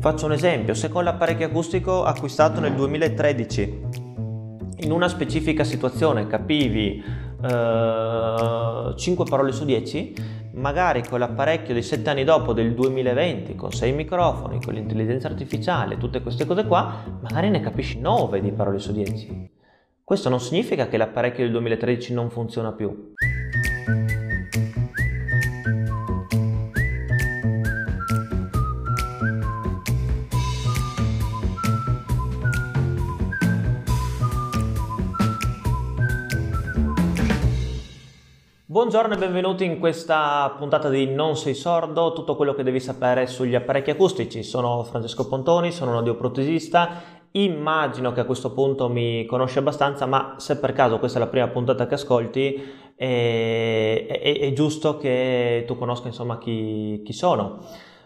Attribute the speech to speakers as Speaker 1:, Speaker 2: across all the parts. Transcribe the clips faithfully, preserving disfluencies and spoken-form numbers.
Speaker 1: Faccio un esempio: se con l'apparecchio acustico acquistato nel duemilatredici in una specifica situazione capivi eh, cinque parole su dieci, magari con l'apparecchio di sette anni dopo, del duemilaventi, con sei microfoni, con l'intelligenza artificiale, tutte queste cose qua, magari ne capisci nove di parole su dieci. Questo non significa che l'apparecchio del duemilatredici non funziona più. Buongiorno e benvenuti in questa puntata di Non sei sordo, tutto quello che devi sapere sugli apparecchi acustici. Sono Francesco Pontoni, sono un audioprotesista, immagino che a questo punto mi conosci abbastanza, ma se per caso questa è la prima puntata che ascolti, è, è, è giusto che tu conosca insomma chi, chi sono.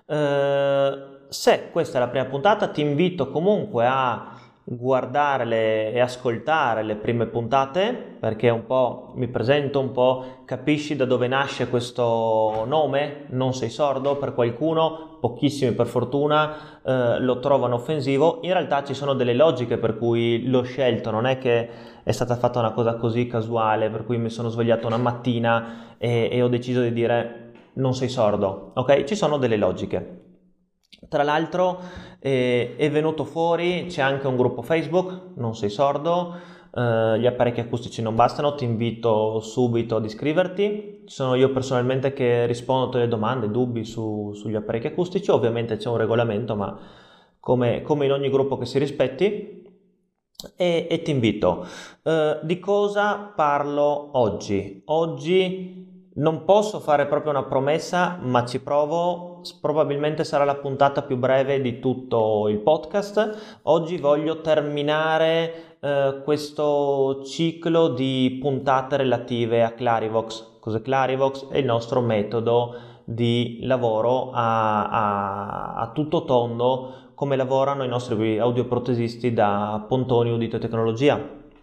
Speaker 1: Eh, se questa è la prima puntata, ti invito comunque a guardarle e ascoltare le prime puntate, perché un po' mi presento, un po' capisci da dove nasce questo nome. Non sei sordo, per qualcuno, pochissimi per fortuna, eh, lo trovano offensivo. In realtà ci sono delle logiche per cui l'ho scelto, non è che è stata fatta una cosa così casuale per cui mi sono svegliato una mattina e, e ho deciso di dire non sei sordo, ok? Ci sono delle logiche. Tra l'altro eh, è venuto fuori, c'è anche un gruppo Facebook, Non sei sordo, eh, gli apparecchi acustici non bastano, ti invito subito ad iscriverti. Sono io personalmente che rispondo a tutte le domande, dubbi su, sugli apparecchi acustici. Ovviamente c'è un regolamento, ma come, come in ogni gruppo che si rispetti, e, e ti invito. Eh, di cosa parlo oggi? Oggi non posso fare proprio una promessa, ma ci provo. Probabilmente sarà la puntata più breve di tutto il podcast. Oggi voglio terminare eh, questo ciclo di puntate relative a Clarivox. Cos'è Clarivox? È il nostro metodo di lavoro a, a, a tutto tondo, come lavorano i nostri audioprotesisti da Pontoni Udito e Tecnologia.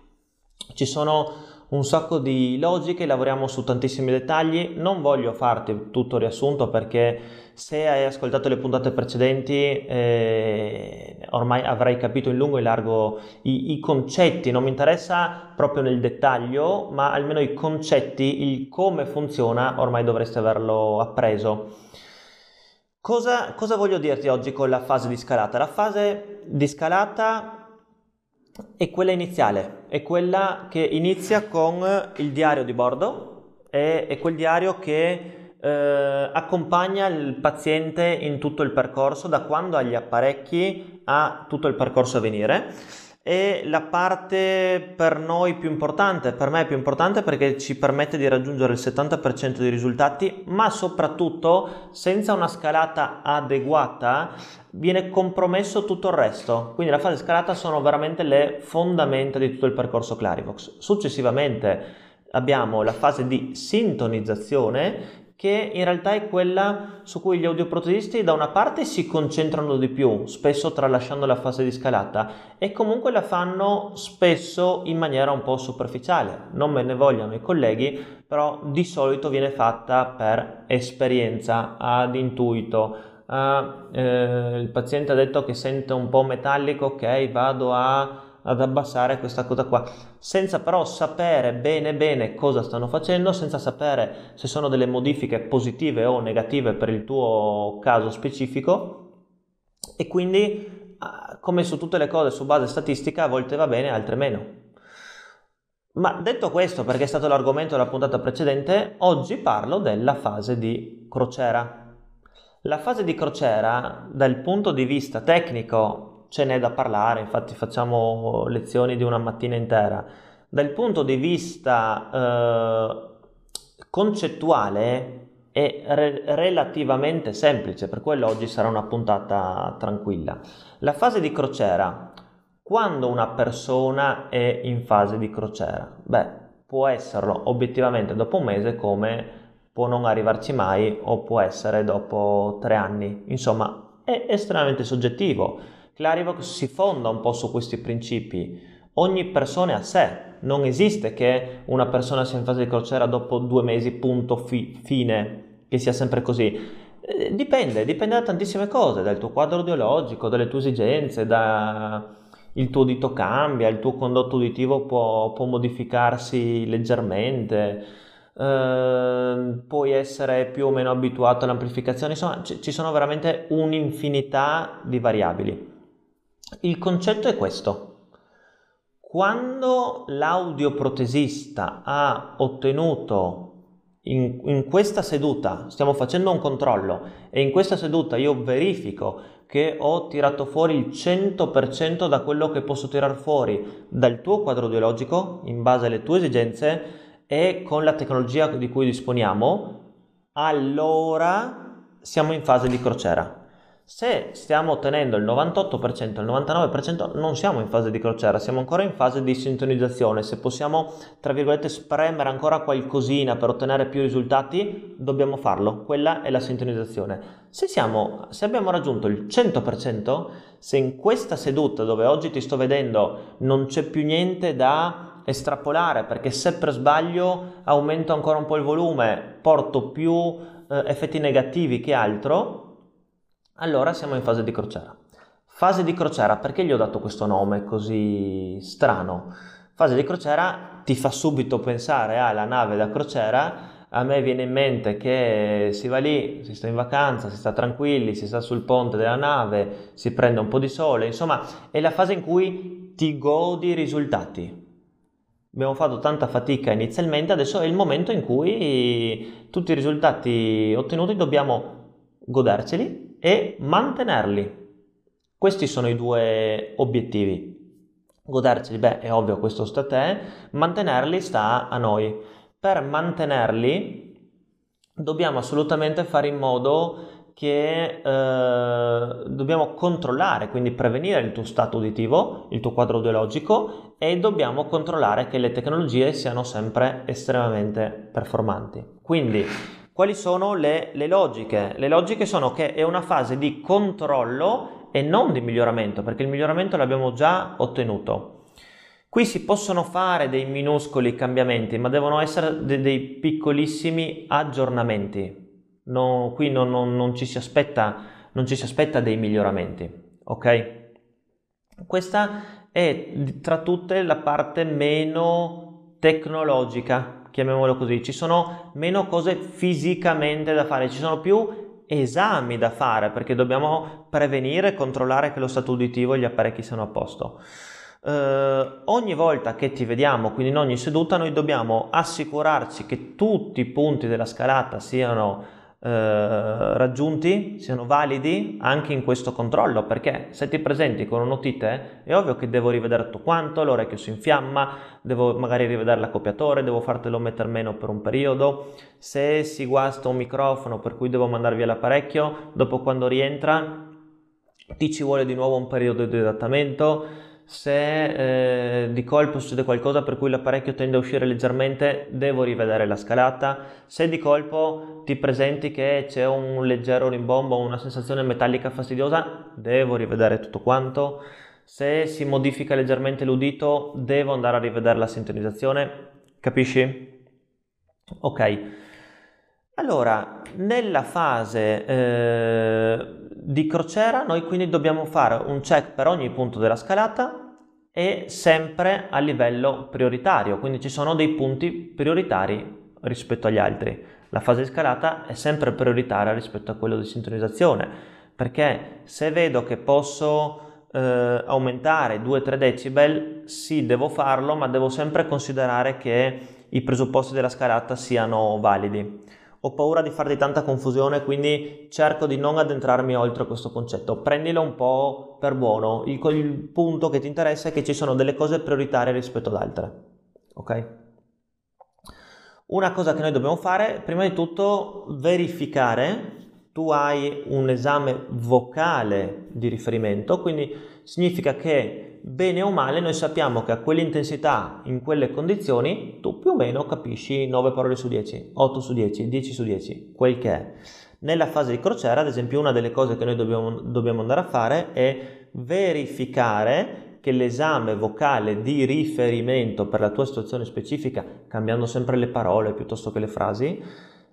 Speaker 1: Ci sono un sacco di logiche, lavoriamo su tantissimi dettagli. Non voglio farti tutto riassunto, perché se hai ascoltato le puntate precedenti eh, ormai avrai capito in lungo e in largo i, i concetti. Non mi interessa proprio nel dettaglio, ma almeno i concetti, il come funziona, ormai dovresti averlo appreso. Cosa, cosa voglio dirti oggi con la fase di scalata? La fase di scalata è quella iniziale, è quella che inizia con il diario di bordo, è, è quel diario che eh, accompagna il paziente in tutto il percorso, da quando ha gli apparecchi a tutto il percorso a venire. È la parte per noi più importante, per me è più importante, perché ci permette di raggiungere il settanta per cento dei risultati, ma soprattutto senza una scalata adeguata viene compromesso tutto il resto. Quindi la fase scalata sono veramente le fondamenta di tutto il percorso Clarivox. Successivamente abbiamo la fase di sintonizzazione, che in realtà è quella su cui gli audioprotesisti da una parte si concentrano di più, spesso tralasciando la fase di scalata, e comunque la fanno spesso in maniera un po' superficiale. Non me ne vogliano i colleghi, però di solito viene fatta per esperienza, ad intuito. Ah, eh, il paziente ha detto che sente un po' metallico, ok, vado a ad abbassare questa cosa qua, senza però sapere bene bene cosa stanno facendo, senza sapere se sono delle modifiche positive o negative per il tuo caso specifico. E quindi, come su tutte le cose su base statistica, a volte va bene, altre meno. Ma detto questo, perché è stato l'argomento della puntata precedente, oggi parlo della fase di crociera. La fase di crociera, dal punto di vista tecnico, ce n'è da parlare, infatti facciamo lezioni di una mattina intera. Dal punto di vista eh, concettuale è re- relativamente semplice, per quello oggi sarà una puntata tranquilla. La fase di crociera, quando una persona è in fase di crociera? Beh, può esserlo obiettivamente dopo un mese, come può non arrivarci mai, o può essere dopo tre anni. Insomma, è estremamente soggettivo. Clarivox si fonda un po' su questi principi. Ogni persona è a sé, non esiste che una persona sia in fase di crociera dopo due mesi, punto, fi- fine, che sia sempre così. Eh, dipende, dipende da tantissime cose, dal tuo quadro audiologico, dalle tue esigenze, da... il tuo udito cambia, il tuo condotto uditivo può, può modificarsi leggermente, eh, puoi essere più o meno abituato all'amplificazione, insomma ci, ci sono veramente un'infinità di variabili. Il concetto è questo. Quando l'audioprotesista ha ottenuto in, in questa seduta, stiamo facendo un controllo e in questa seduta io verifico che ho tirato fuori il cento per cento da quello che posso tirar fuori dal tuo quadro audiologico in base alle tue esigenze e con la tecnologia di cui disponiamo, allora siamo in fase di crociera. Se stiamo ottenendo il novantotto per cento, il novantanove per cento, non siamo in fase di crociera, siamo ancora in fase di sintonizzazione. Se possiamo, tra virgolette, spremere ancora qualcosina per ottenere più risultati, dobbiamo farlo. Quella è la sintonizzazione. Se, siamo, se abbiamo raggiunto il cento per cento, se in questa seduta dove oggi ti sto vedendo non c'è più niente da estrapolare, perché se per sbaglio aumento ancora un po' il volume, porto più eh, effetti negativi che altro, allora siamo in fase di crociera. Fase di crociera, perché gli ho dato questo nome così strano? Fase di crociera ti fa subito pensare alla nave da crociera. A me viene in mente che si va lì, si sta in vacanza, si sta tranquilli, si sta sul ponte della nave, si prende un po' di sole, insomma è la fase in cui ti godi i risultati. Abbiamo fatto tanta fatica inizialmente, adesso è il momento in cui tutti i risultati ottenuti dobbiamo goderceli e mantenerli. Questi sono i due obiettivi. Goderceli, beh, è ovvio, questo sta a te, mantenerli sta a noi. Per mantenerli dobbiamo assolutamente fare in modo che eh, dobbiamo controllare, quindi prevenire il tuo stato uditivo, il tuo quadro audiologico, e dobbiamo controllare che le tecnologie siano sempre estremamente performanti. Quindi quali sono le, le logiche? Le logiche sono che è una fase di controllo e non di miglioramento, perché il miglioramento l'abbiamo già ottenuto. Qui si possono fare dei minuscoli cambiamenti, ma devono essere de- dei piccolissimi aggiornamenti. No, qui non, non, non, ci si aspetta, non ci si aspetta dei miglioramenti, ok? Questa è tra tutte la parte meno tecnologica, chiamiamolo così. Ci sono meno cose fisicamente da fare, ci sono più esami da fare perché dobbiamo prevenire e controllare che lo stato uditivo e gli apparecchi siano a posto. Uh, ogni volta che ti vediamo, quindi in ogni seduta, noi dobbiamo assicurarci che tutti i punti della scalata siano uh, raggiunti, siano validi anche in questo controllo, perché se ti presenti con un'otite è ovvio che devo rivedere tutto quanto, l'orecchio si infiamma, devo magari rivedere l'accoppiatore, devo fartelo mettere meno per un periodo, se si guasta un microfono per cui devo mandar via l'apparecchio, dopo quando rientra ti ci vuole di nuovo un periodo di adattamento. Se eh, di colpo succede qualcosa per cui l'apparecchio tende a uscire leggermente, devo rivedere la scalata. Se di colpo ti presenti che c'è un leggero rimbombo o una sensazione metallica fastidiosa, devo rivedere tutto quanto. Se si modifica leggermente l'udito, devo andare a rivedere la sintonizzazione. Capisci? Ok. Allora, nella fase eh, di crociera noi quindi dobbiamo fare un check per ogni punto della scalata e sempre a livello prioritario, quindi ci sono dei punti prioritari rispetto agli altri. La fase di scalata è sempre prioritaria rispetto a quello di sintonizzazione, perché se vedo che posso eh, aumentare due tre decibel, sì, devo farlo, ma devo sempre considerare che i presupposti della scalata siano validi. Ho paura di farti tanta confusione, quindi cerco di non addentrarmi oltre questo concetto. Prendilo un po' per buono. Il, il punto che ti interessa è che ci sono delle cose prioritarie rispetto ad altre. Ok? Una cosa che noi dobbiamo fare, prima di tutto, verificare. Tu hai un esame vocale di riferimento, quindi significa che bene o male noi sappiamo che a quell'intensità, in quelle condizioni, tu più o meno capisci nove parole su dieci, otto su dieci, dieci su dieci, quel che è. Nella fase di crociera, ad esempio, una delle cose che noi dobbiamo, dobbiamo andare a fare è verificare che l'esame vocale di riferimento per la tua situazione specifica, cambiando sempre le parole piuttosto che le frasi,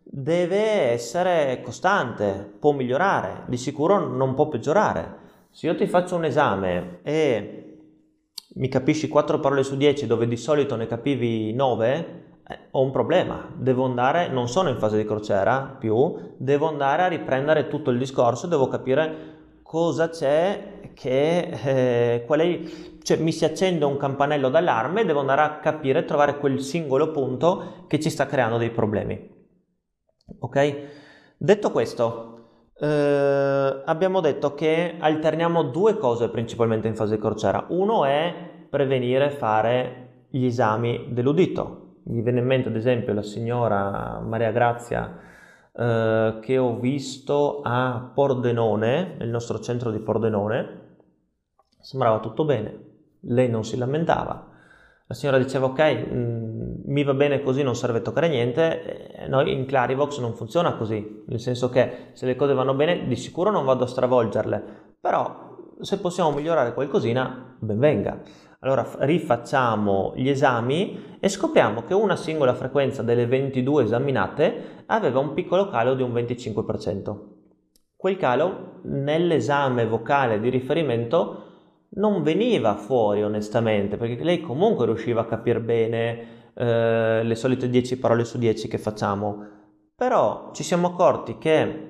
Speaker 1: deve essere costante, può migliorare, di sicuro non può peggiorare. Se io ti faccio un esame e mi capisci quattro parole su dieci dove di solito ne capivi nove, eh, ho un problema, devo andare, non sono in fase di crociera più, devo andare a riprendere tutto il discorso, devo capire cosa c'è che, eh, qual è, cioè mi si accende un campanello d'allarme e devo andare a capire, trovare quel singolo punto che ci sta creando dei problemi. Ok? Detto questo, eh, abbiamo detto che alterniamo due cose principalmente in fase di crociera. Uno è prevenire fare gli esami dell'udito. Mi viene in mente ad esempio la signora Maria Grazia eh, che ho visto a Pordenone, nel nostro centro di Pordenone. Sembrava tutto bene, lei non si lamentava. La signora diceva ok, mh, mi va bene così, non serve toccare niente. E noi in Clarivox non funziona così, nel senso che se le cose vanno bene di sicuro non vado a stravolgerle, però se possiamo migliorare qualcosina, ben venga. Allora rifacciamo gli esami e scopriamo che una singola frequenza delle ventidue esaminate aveva un piccolo calo di un venticinque per cento. Quel calo nell'esame vocale di riferimento non veniva fuori onestamente, perché lei comunque riusciva a capire bene eh, le solite dieci parole su dieci che facciamo, però ci siamo accorti che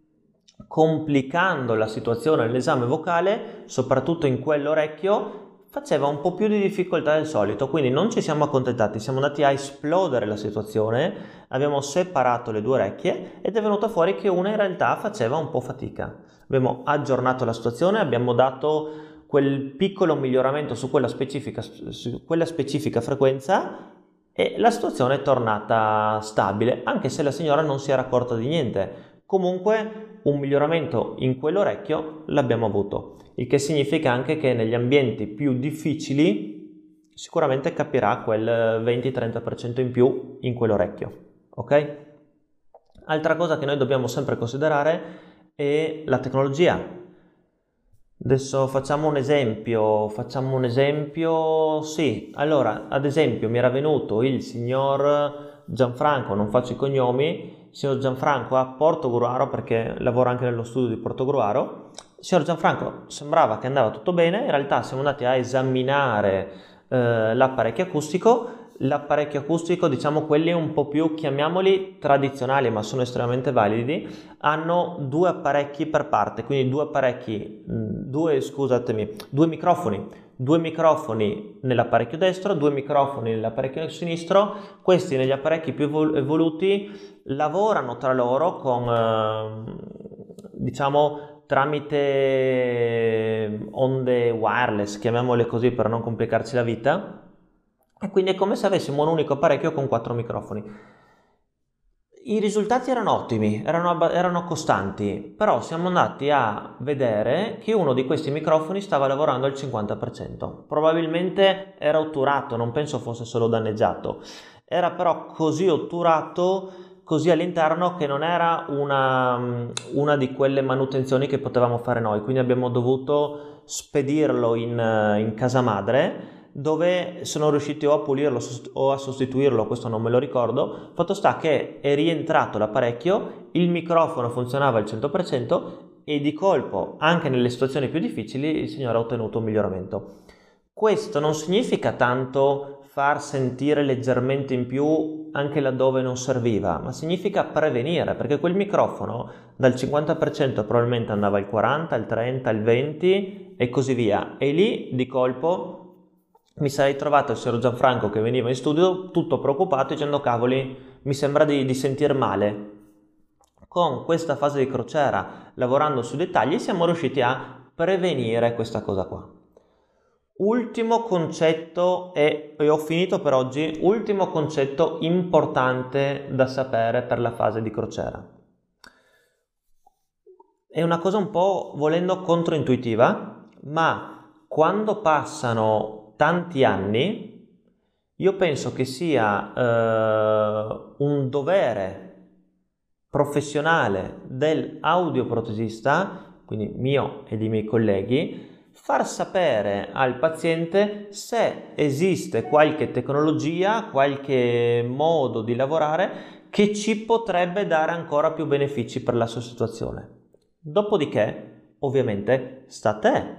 Speaker 1: complicando la situazione nell'esame vocale, soprattutto in quell'orecchio, faceva un po' più di difficoltà del solito, quindi non ci siamo accontentati, siamo andati a esplodere la situazione, abbiamo separato le due orecchie ed è venuto fuori che una in realtà faceva un po' fatica. Abbiamo aggiornato la situazione, abbiamo dato quel piccolo miglioramento su quella specifica, su quella specifica frequenza e la situazione è tornata stabile, anche se la signora non si era accorta di niente. Comunque un miglioramento in quell'orecchio l'abbiamo avuto, il che significa anche che negli ambienti più difficili sicuramente capirà quel venti-trenta per cento in più in quell'orecchio, ok? Altra cosa che noi dobbiamo sempre considerare è la tecnologia. Adesso facciamo un esempio, facciamo un esempio, sì, allora, ad esempio mi era venuto il signor Gianfranco, non faccio i cognomi, il signor Gianfranco a Portogruaro, perché lavora anche nello studio di Portogruaro. Il signor Gianfranco sembrava che andava tutto bene, in realtà siamo andati a esaminare eh, l'apparecchio acustico. L'apparecchio acustico, diciamo quelli un po' più, chiamiamoli tradizionali, ma sono estremamente validi, hanno due apparecchi per parte, quindi due apparecchi, due, scusatemi, due microfoni, due microfoni nell'apparecchio destro, due microfoni nell'apparecchio sinistro. Questi negli apparecchi più evoluti lavorano tra loro con, eh, diciamo, tramite onde wireless, chiamiamole così per non complicarci la vita. E quindi è come se avessimo un unico apparecchio con quattro microfoni. I risultati erano ottimi, erano, erano costanti, però siamo andati a vedere che uno di questi microfoni stava lavorando al cinquanta per cento. Probabilmente era otturato, non penso fosse solo danneggiato. Era però così otturato, così all'interno, che non era una, una di quelle manutenzioni che potevamo fare noi. Quindi abbiamo dovuto spedirlo in, in casa madre, dove sono riusciti o a pulirlo o a sostituirlo, questo non me lo ricordo. Fatto sta che è rientrato l'apparecchio, il microfono funzionava al cento per cento e di colpo, anche nelle situazioni più difficili, il signore ha ottenuto un miglioramento. Questo non significa tanto far sentire leggermente in più anche laddove non serviva, ma significa prevenire, perché quel microfono dal cinquanta per cento probabilmente andava al quaranta, al trenta, al venti e così via, e lì di colpo mi sarei trovato il signor Gianfranco che veniva in studio tutto preoccupato dicendo cavoli, mi sembra di, di sentir male. Con questa fase di crociera, lavorando sui dettagli, siamo riusciti a prevenire questa cosa qua. Ultimo concetto, e, e ho finito per oggi, ultimo concetto importante da sapere per la fase di crociera. È una cosa un po', volendo, controintuitiva, ma quando passano tanti anni, io penso che sia eh, un dovere professionale dell'audioprotesista, quindi mio e dei miei colleghi, far sapere al paziente se esiste qualche tecnologia, qualche modo di lavorare che ci potrebbe dare ancora più benefici per la sua situazione. Dopodiché, ovviamente, sta a te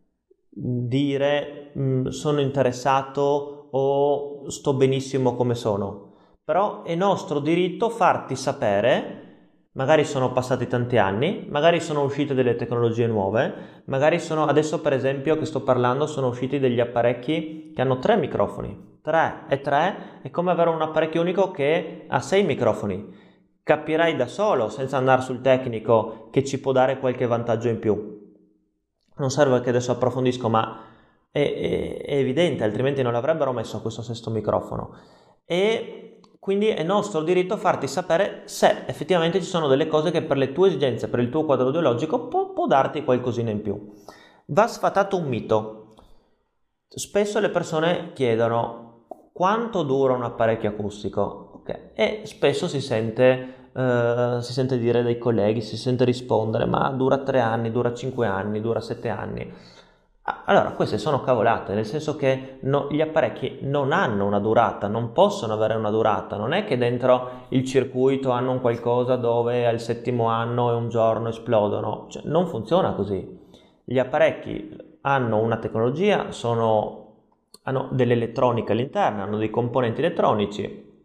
Speaker 1: dire mh, sono interessato o sto benissimo come sono, però è nostro diritto farti sapere. Magari sono passati tanti anni, magari sono uscite delle tecnologie nuove, magari sono, adesso per esempio che sto parlando, sono usciti degli apparecchi che hanno tre microfoni, tre e tre è come avere un apparecchio unico che ha sei microfoni. Capirai da solo, senza andare sul tecnico, che ci può dare qualche vantaggio in più. Non serve che adesso approfondisco, ma è, è, è evidente, altrimenti non l'avrebbero messo questo sesto microfono. E quindi è nostro diritto farti sapere se effettivamente ci sono delle cose che per le tue esigenze, per il tuo quadro ideologico può, può darti qualcosina in più. Va sfatato un mito. Spesso le persone chiedono quanto dura un apparecchio acustico, okay. E spesso si sente, eh, si sente dire dai colleghi, si sente rispondere ma dura tre anni, dura cinque anni, dura sette anni. Allora, queste sono cavolate, nel senso che no, gli apparecchi non hanno una durata, non possono avere una durata, non è che dentro il circuito hanno un qualcosa dove al settimo anno e un giorno esplodono, cioè, non funziona così. Gli apparecchi hanno una tecnologia, sono, hanno dell'elettronica all'interno, hanno dei componenti elettronici.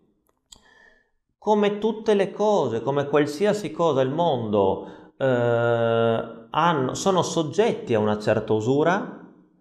Speaker 1: Come tutte le cose, come qualsiasi cosa al mondo, eh, hanno, sono soggetti a una certa usura.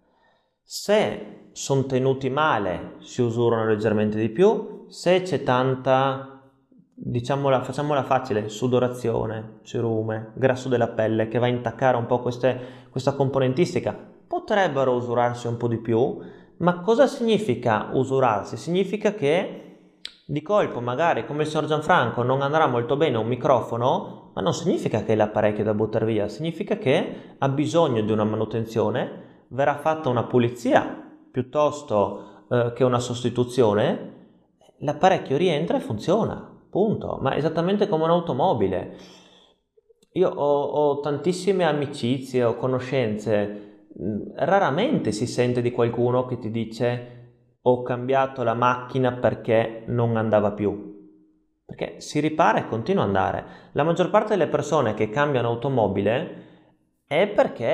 Speaker 1: Se sono tenuti male si usurano leggermente di più, se c'è tanta, diciamola, facciamola facile, sudorazione, cerume, grasso della pelle che va a intaccare un po' queste, questa componentistica, potrebbero usurarsi un po' di più. Ma cosa significa usurarsi? Significa che di colpo magari come il signor Gianfranco non andrà molto bene un microfono, ma non significa che l'apparecchio è da buttare via, significa che ha bisogno di una manutenzione, verrà fatta una pulizia piuttosto eh, che una sostituzione, l'apparecchio rientra e funziona, punto. Ma esattamente come un'automobile. Io ho, ho tantissime amicizie o conoscenze, raramente si sente di qualcuno che ti dice ho cambiato la macchina perché non andava più. Perché si ripara e continua ad andare. La maggior parte delle persone che cambiano automobile è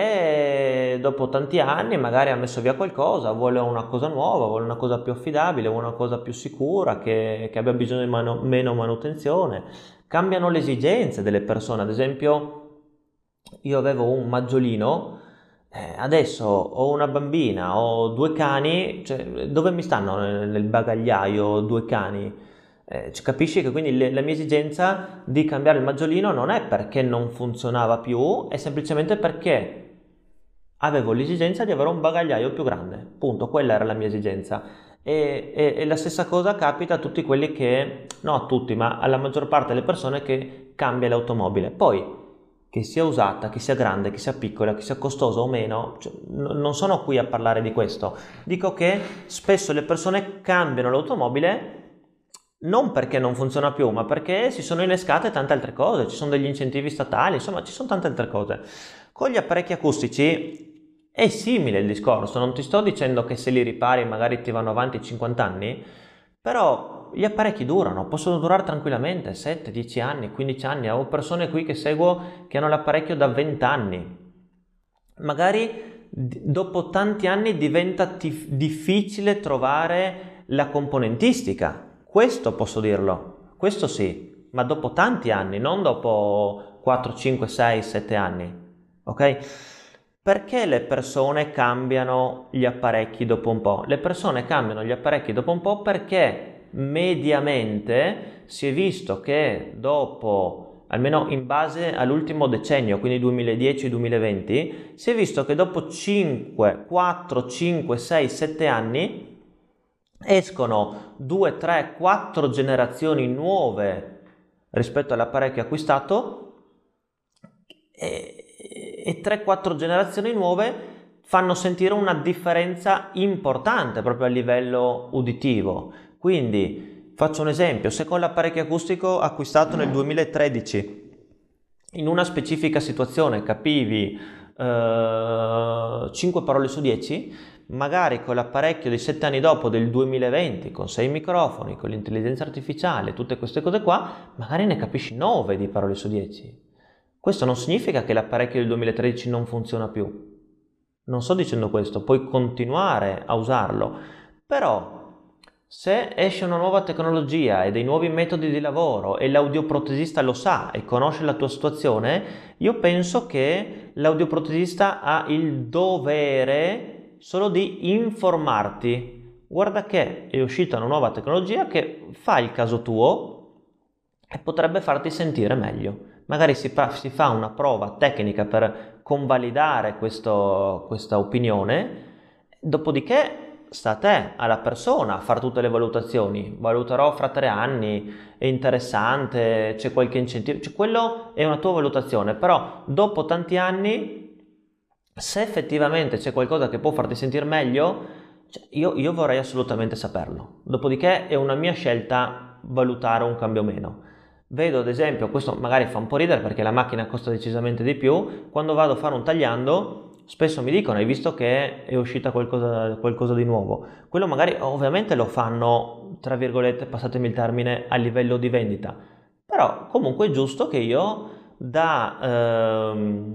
Speaker 1: perché dopo tanti anni magari ha messo via qualcosa, vuole una cosa nuova, vuole una cosa più affidabile, vuole una cosa più sicura, che, che abbia bisogno di mano, meno manutenzione. Cambiano le esigenze delle persone. Ad esempio, io avevo un maggiolino, eh, adesso ho una bambina, ho due cani, cioè, dove mi stanno nel bagagliaio due cani? Eh, capisci che quindi le, la mia esigenza di cambiare il maggiolino non è perché non funzionava più, è semplicemente perché avevo l'esigenza di avere un bagagliaio più grande, punto, quella era la mia esigenza. E, e, e la stessa cosa capita a tutti quelli che, no a tutti, ma alla maggior parte delle persone che cambia l'automobile. Poi, che sia usata, che sia grande, che sia piccola, che sia costosa o meno, cioè, n- non sono qui a parlare di questo. Dico che spesso le persone cambiano l'automobile non perché non funziona più, ma perché si sono innescate tante altre cose, ci sono degli incentivi statali, insomma ci sono tante altre cose. Con gli apparecchi acustici è simile il discorso, non ti sto dicendo che se li ripari magari ti vanno avanti cinquanta anni, però gli apparecchi durano, possono durare tranquillamente sette, dieci anni, quindici anni. Ho persone qui che seguo che hanno l'apparecchio da venti anni. Magari d- dopo tanti anni diventa tif- difficile trovare la componentistica. Questo posso dirlo, questo sì, ma dopo tanti anni, non dopo quattro, cinque, sei, sette anni, ok? Perché le persone cambiano gli apparecchi dopo un po'? Le persone cambiano gli apparecchi dopo un po' perché mediamente si è visto che dopo, almeno in base all'ultimo decennio, quindi duemiladieci duemilaventi, si è visto che dopo cinque, quattro, cinque, sei, sette anni escono due, tre, quattro generazioni nuove rispetto all'apparecchio acquistato e, e tre quattro generazioni nuove fanno sentire una differenza importante proprio a livello uditivo. Quindi faccio un esempio: se con l'apparecchio acustico acquistato nel duemilatredici in una specifica situazione capivi uh, cinque parole su dieci, magari con l'apparecchio di sette anni dopo del duemilaventi, con sei microfoni, con l'intelligenza artificiale, tutte queste cose qua, magari ne capisci nove di parole su dieci. Questo non significa che l'apparecchio del duemilatredici non funziona più. Non sto dicendo questo, puoi continuare a usarlo, però se esce una nuova tecnologia e dei nuovi metodi di lavoro e l'audioprotesista lo sa e conosce la tua situazione, io penso che l'audioprotesista ha il dovere solo di informarti. Guarda che è uscita una nuova tecnologia che fa il caso tuo e potrebbe farti sentire meglio. Magari si fa, si fa una prova tecnica per convalidare questo, questa opinione, dopodiché sta a te, alla persona, a fare tutte le valutazioni. Valuterò fra tre anni, è interessante, c'è qualche incentivo, cioè, quello è una tua valutazione, però dopo tanti anni, se effettivamente c'è qualcosa che può farti sentire meglio, cioè, io, io vorrei assolutamente saperlo. Dopodiché è una mia scelta valutare un cambio o meno. Vedo ad esempio, questo magari fa un po' ridere perché la macchina costa decisamente di più, quando vado a fare un tagliando spesso mi dicono: hai visto che è uscita qualcosa, qualcosa di nuovo? Quello magari ovviamente lo fanno, tra virgolette, passatemi il termine, a livello di vendita, però comunque è giusto che io da ehm,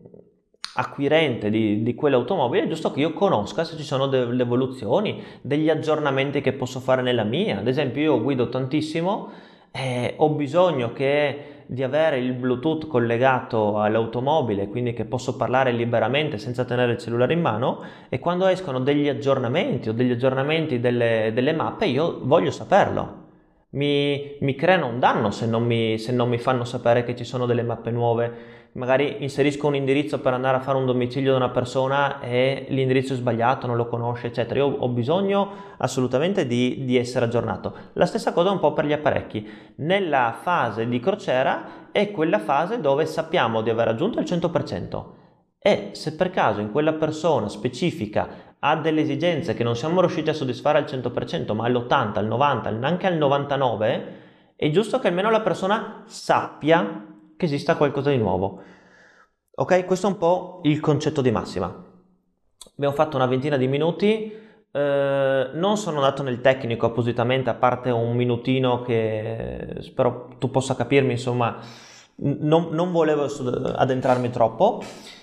Speaker 1: acquirente di, di quell'automobile è giusto che io conosca se ci sono delle evoluzioni, degli aggiornamenti che posso fare nella mia. Ad esempio io guido tantissimo, eh, ho bisogno che di avere il Bluetooth collegato all'automobile, quindi che posso parlare liberamente senza tenere il cellulare in mano, e quando escono degli aggiornamenti o degli aggiornamenti delle, delle mappe io voglio saperlo. Mi, mi creano un danno se non mi, se non mi fanno sapere che ci sono delle mappe nuove. Magari inserisco un indirizzo per andare a fare un domicilio da una persona e l'indirizzo è sbagliato, non lo conosce, eccetera. Io ho bisogno assolutamente di, di essere aggiornato. La stessa cosa un po' per gli apparecchi. Nella fase di crociera è quella fase dove sappiamo di aver raggiunto il cento per cento, e se per caso in quella persona specifica ha delle esigenze che non siamo riusciti a soddisfare al cento per cento, ma all'ottanta, al novanta, anche al novantanove, è giusto che almeno la persona sappia che esista qualcosa di nuovo. Ok, questo è un po' il concetto di massima. Abbiamo fatto una ventina di minuti, eh, non sono andato nel tecnico appositamente, a parte un minutino che spero tu possa capirmi, insomma, non, non volevo addentrarmi troppo.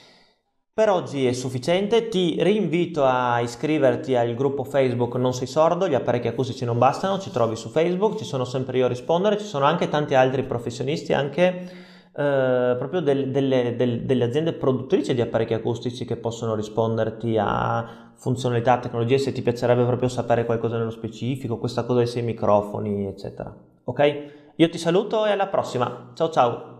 Speaker 1: Per oggi è sufficiente, ti rinvito a iscriverti al gruppo Facebook Non Sei Sordo, gli apparecchi acustici non bastano, ci trovi su Facebook, ci sono sempre io a rispondere, ci sono anche tanti altri professionisti, anche eh, proprio del, delle, del, delle aziende produttrici di apparecchi acustici che possono risponderti a funzionalità, tecnologie, se ti piacerebbe proprio sapere qualcosa nello specifico, questa cosa dei sei microfoni, eccetera. Ok? Io ti saluto e alla prossima, ciao ciao!